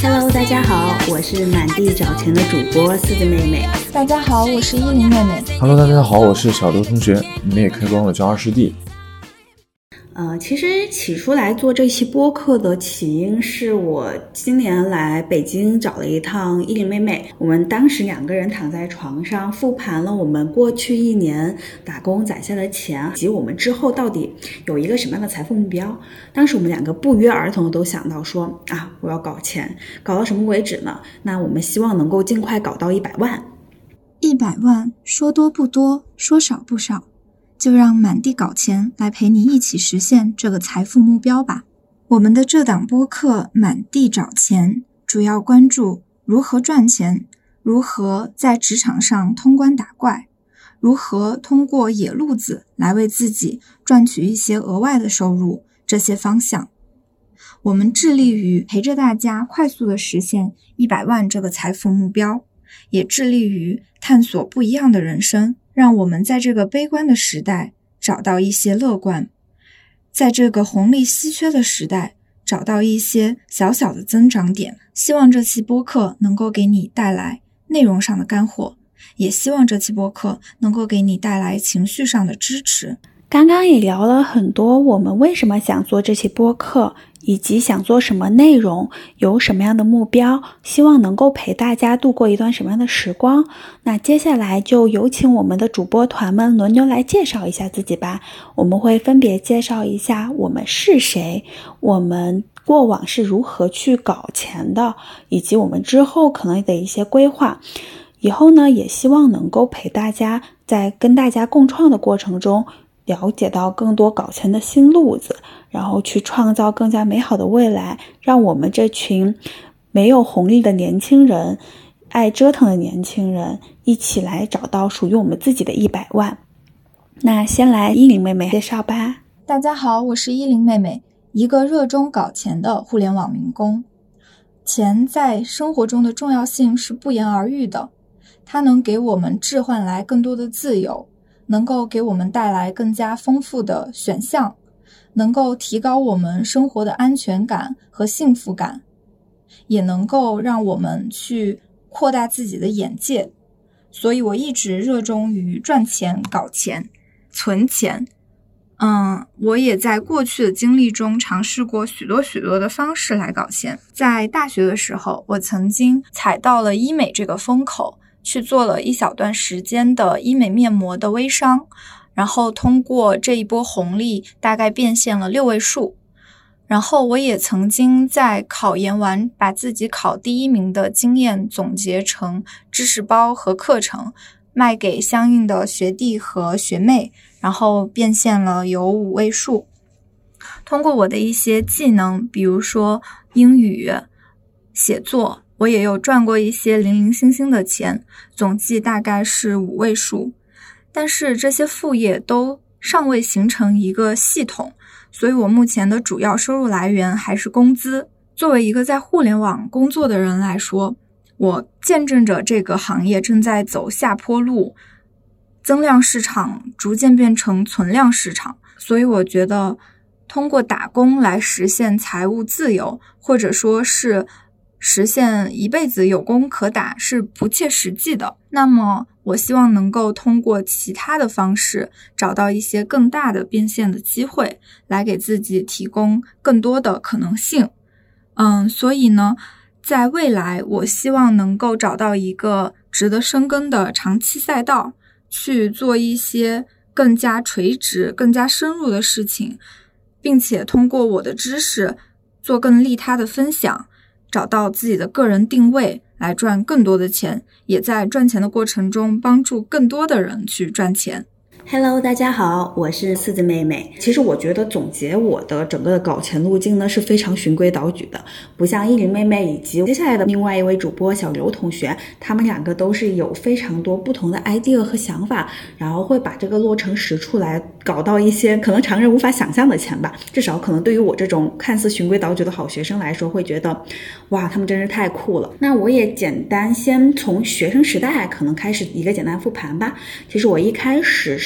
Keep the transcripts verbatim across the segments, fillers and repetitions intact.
Hello， 大家好，我是满地找钱的主播四子妹妹。 大家好，我是依林妹妹。 Hello， 大家好，我是小刘同学。你们也开光了叫二师弟。 呃，其实起初来做这期播客的起因是我今年来北京找了一趟依林妹妹，我们当时两个人躺在床上复盘了我们过去一年打工攒下的钱，以及我们之后到底有一个什么样的财富目标。当时我们两个不约而同都想到说啊，我要搞钱，搞到什么为止呢？那我们希望能够尽快搞到一百万。 一百万说多不多，说少不少，就让满地搞钱来陪你一起实现这个财富目标吧。我们的这档播客满地找钱，主要关注如何赚钱，如何在职场上通关打怪，如何通过野路子来为自己赚取一些额外的收入，这些方向。我们致力于陪着大家快速的实现一百万这个财富目标，也致力于探索不一样的人生，让我们在这个悲观的时代找到一些乐观，在这个红利稀缺的时代找到一些小小的增长点。希望这期播客能够给你带来内容上的干货，也希望这期播客能够给你带来情绪上的支持。 刚刚也聊了很多我们为什么想做这期播客，以及想做什么内容，有什么样的目标，希望能够陪大家度过一段什么样的时光。那接下来就有请我们的主播团们轮流来介绍一下自己吧。我们会分别介绍一下我们是谁，我们过往是如何去搞钱的，以及我们之后可能的一些规划。以后呢，也希望能够陪大家在跟大家共创的过程中了解到更多搞钱的新路子，然后去创造更加美好的未来，让我们这群没有红利的年轻人，爱折腾的年轻人一起来找到属于我们自己的一百万。那先来依林妹妹介绍吧。 大家好，我是依林妹妹，一个热衷搞钱的互联网民工。钱在生活中的重要性是不言而喻的，它能给我们置换来更多的自由，能够给我们带来更加丰富的选项，能够提高我们生活的安全感和幸福感，也能够让我们去扩大自己的眼界。所以我一直热衷于赚钱、搞钱、存钱。嗯，我也在过去的经历中尝试过许多许多的方式来搞钱。在大学的时候，我曾经踩到了医美这个风口，去做了一小段时间的医美面膜的微商，然后通过这一波红利大概变现了六位数。然后我也曾经在考研完把自己考第一名的经验总结成知识包和课程，卖给相应的学弟和学妹，然后变现了有五位数。通过我的一些技能，比如说英语、写作，我也有赚过一些零零星星的钱，总计大概是五位数。但是这些副业都尚未形成一个系统，所以我目前的主要收入来源还是工资。作为一个在互联网工作的人来说，我见证着这个行业正在走下坡路，增量市场逐渐变成存量市场。所以我觉得通过打工来实现财务自由，或者说是实现一辈子有工可打，是不切实际的。那么我希望能够通过其他的方式找到一些更大的变现的机会，来给自己提供更多的可能性。嗯，所以呢，在未来我希望能够找到一个值得深耕的长期赛道，去做一些更加垂直、更加深入的事情，并且通过我的知识做更利他的分享，找到自己的个人定位，来赚更多的钱，也在赚钱的过程中帮助更多的人去赚钱。 Hello， 大家好，我是四子妹妹。其实我觉得总结我的整个的搞钱路径呢是非常循规蹈矩的，不像依林妹妹以及接下来的另外一位主播小刘同学，他们两个都是有非常多不同的 idea 和想法，然后会把这个落成实处来搞到一些可能常人无法想象的钱吧。至少可能对于我这种看似循规蹈矩的好学生来说，会觉得哇，他们真是太酷了。那我也简单先从学生时代可能开始一个简单复盘吧。其实我一开始是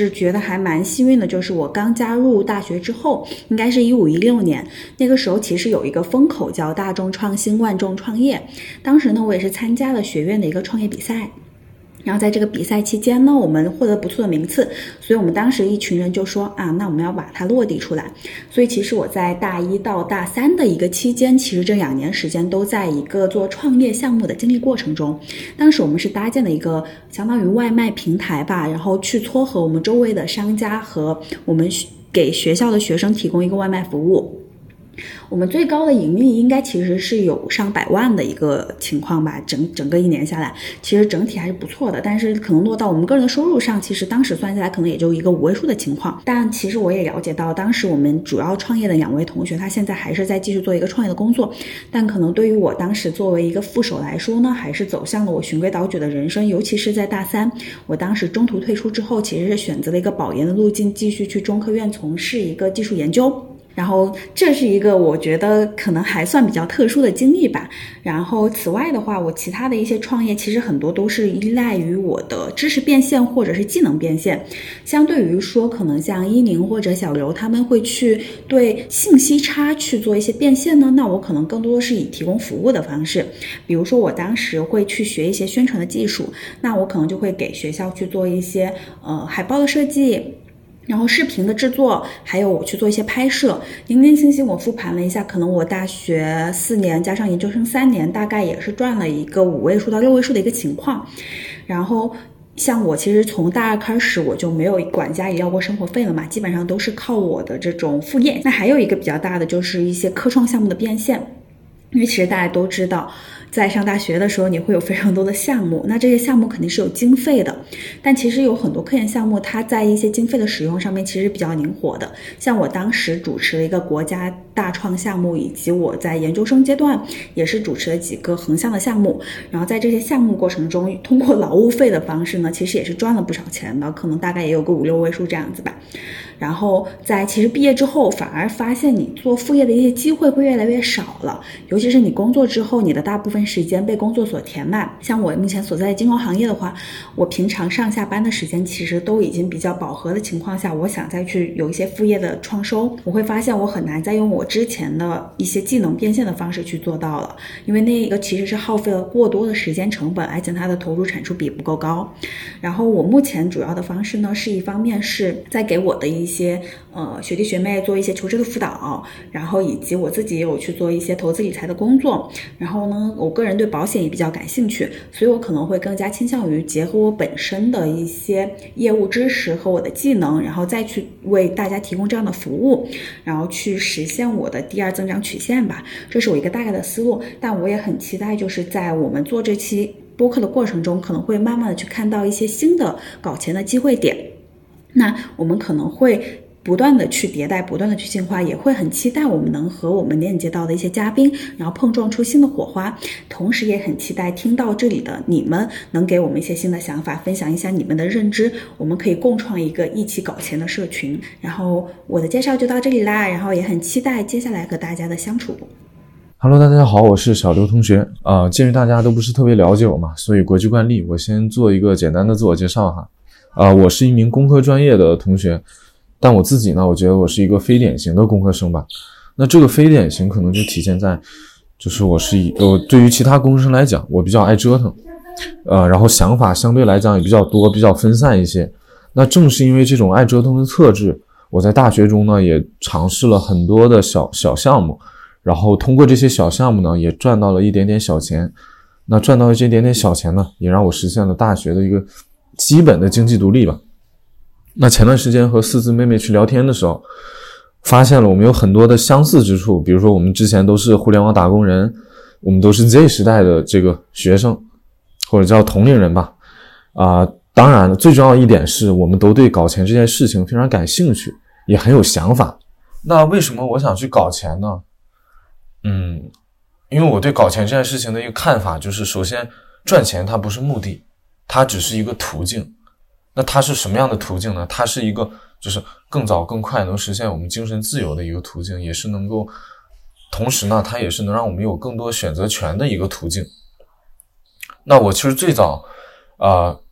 是觉得还蛮幸运的，就是我刚加入大学之后，应该是一五一六年，那个时候其实有一个风口叫大众创新万众创业，当时呢我也是参加了学院的一个创业比赛。然后在这个比赛期间呢，我们获得不错的名次，所以我们当时一群人就说啊，那我们要把它落地出来。所以其实我在大一到大三的一个期间，其实这两年时间都在一个做创业项目的经历过程中。当时我们是搭建了一个相当于外卖平台吧，然后去撮合我们周围的商家和我们给学校的学生提供一个外卖服务。我们最高的盈利应该其实是有上百万的一个情况吧，整整个一年下来，其实整体还是不错的，但是可能落到我们个人的收入上，其实当时算下来可能也就一个五位数的情况。但其实我也了解到，当时我们主要创业的两位同学，他现在还是在继续做一个创业的工作，但可能对于我当时作为一个副手来说呢，还是走向了我循规蹈矩的人生，尤其是在大三，我当时中途退出之后，其实是选择了一个保研的路径，继续去中科院从事一个技术研究。然后这是一个我觉得可能还算比较特殊的经历吧。然后此外的话，我其他的一些创业其实很多都是依赖于我的知识变现或者是技能变现。相对于说可能像一宁或者小刘他们会去对信息差去做一些变现呢，那我可能更多的是以提供服务的方式。比如说我当时会去学一些宣传的技术，那我可能就会给学校去做一些呃海报的设计，然后视频的制作，还有我去做一些拍摄。零零星星我复盘了一下，可能我大学四年加上研究生三年，大概也是赚了一个五位数到六位数的一个情况。然后像我其实从大二开始我就没有管家里要过生活费了嘛，基本上都是靠我的这种副业。那还有一个比较大的就是一些科创项目的变现，因为其实大家都知道在上大学的时候你会有非常多的项目，那这些项目肯定是有经费的，但其实有很多科研项目它在一些经费的使用上面其实比较灵活的。像我当时主持了一个国家大创项目，以及我在研究生阶段也是主持了几个横向的项目，然后在这些项目过程中通过劳务费的方式呢，其实也是赚了不少钱的，可能大概也有个五六位数这样子吧。然后在其实毕业之后反而发现你做副业的一些机会会越来越少了，尤其是你工作之后，你的大部分时间被工作所填满。像我目前所在的金融行业的话，我平常上下班的时间其实都已经比较饱和的情况下，我想再去有一些副业的创收，我会发现我很难再用我之前的一些技能变现的方式去做到了，因为那个其实是耗费了过多的时间成本，而且它的投入产出比不够高。然后我目前主要的方式呢，是一方面是在给我的一些呃学弟学妹做一些求职的辅导，然后以及我自己也有去做一些投资理财的工作。然后呢，我个人对保险也比较感兴趣，所以我可能会更加倾向于结合我本身的一些业务知识和我的技能，然后再去为大家提供这样的服务，然后去实现我的第二增长曲线吧。这是我一个大概的思路，但我也很期待就是在我们做这期播客的过程中，可能会慢慢的去看到一些新的搞钱的机会点。那我们可能会不断的去迭代，不断的去进化，也会很期待我们能和我们链接到的一些嘉宾，然后碰撞出新的火花。同时也很期待听到这里的你们能给我们一些新的想法，分享一下你们的认知，我们可以共创一个一起搞钱的社群。然后我的介绍就到这里啦，然后也很期待接下来和大家的相处。 Hello， 大家好，我是小刘同学。呃，鉴于大家都不是特别了解我嘛，所以国际惯例，我先做一个简单的自我介绍哈。呃，我是一名工科专业的同学，但我自己呢，我觉得我是一个非典型的工科生吧。那这个非典型可能就体现在，就是我是一呃，对于其他工科生来讲，我比较爱折腾，呃，然后想法相对来讲也比较多，比较分散一些。那正是因为这种爱折腾的特质，我在大学中呢也尝试了很多的小小项目，然后通过这些小项目呢，也赚到了一点点小钱。那赚到这点点小钱呢，也让我实现了大学的一个基本的经济独立吧。那前段时间和四字妹妹去聊天的时候，发现了我们有很多的相似之处，比如说我们之前都是互联网打工人，我们都是 Z 时代的这个学生，或者叫同龄人吧。啊、呃，当然了，最重要一点是我们都对搞钱这件事情非常感兴趣，也很有想法。那为什么我想去搞钱呢？嗯，因为我对搞钱这件事情的一个看法就是，首先赚钱它不是目的，它只是一个途径。那它是什么样的途径呢？它是一个就是更早更快能实现我们精神自由的一个途径，也是能够同时呢，它也是能让我们有更多选择权的一个途径。那我其实最早呃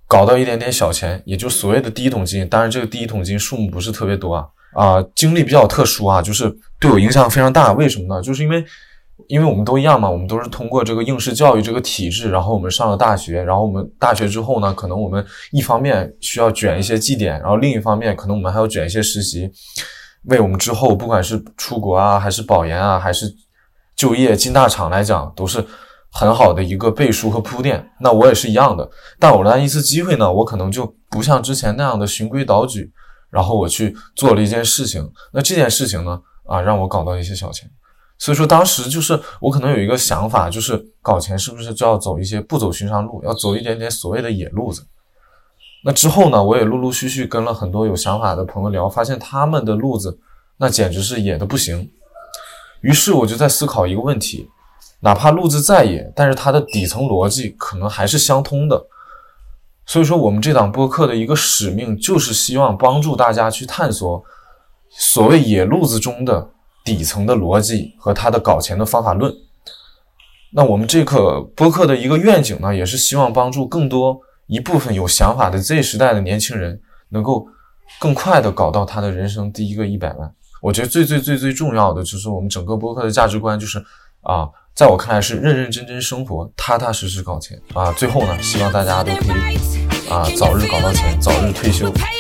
搞到一点点小钱，也就所谓的第一桶金。当然这个第一桶金数目不是特别多啊，啊、呃，经历比较特殊啊，就是对我影响非常大。为什么呢？就是因为因为我们都一样嘛，我们都是通过这个应试教育这个体制，然后我们上了大学，然后我们大学之后呢，可能我们一方面需要卷一些绩点，然后另一方面可能我们还要卷一些实习，为我们之后不管是出国啊，还是保研啊，还是就业进大厂来讲，都是很好的一个背书和铺垫。那我也是一样的，但偶然一次机会呢，我可能就不像之前那样的循规蹈矩，然后我去做了一件事情。那这件事情呢，啊，让我搞到一些小钱。所以说当时就是我可能有一个想法，就是搞钱是不是就要走一些不走寻常路，要走一点点所谓的野路子。那之后呢，我也陆陆续续跟了很多有想法的朋友聊，发现他们的路子那简直是野的不行。于是我就在思考一个问题，哪怕路子再野，但是它的底层逻辑可能还是相通的。所以说我们这档播客的一个使命，就是希望帮助大家去探索所谓野路子中的底层的逻辑和它的搞钱的方法论。那我们这个播客的一个愿景呢，也是希望帮助更多一部分有想法的 Z 时代的年轻人，能够更快的搞到他的人生第一个一百万。我觉得最最最最重要的就是我们整个播客的价值观，就是啊，在我看来是认认真真生活，踏踏实实搞钱啊。最后呢，希望大家都可以啊早日搞到钱，早日退休。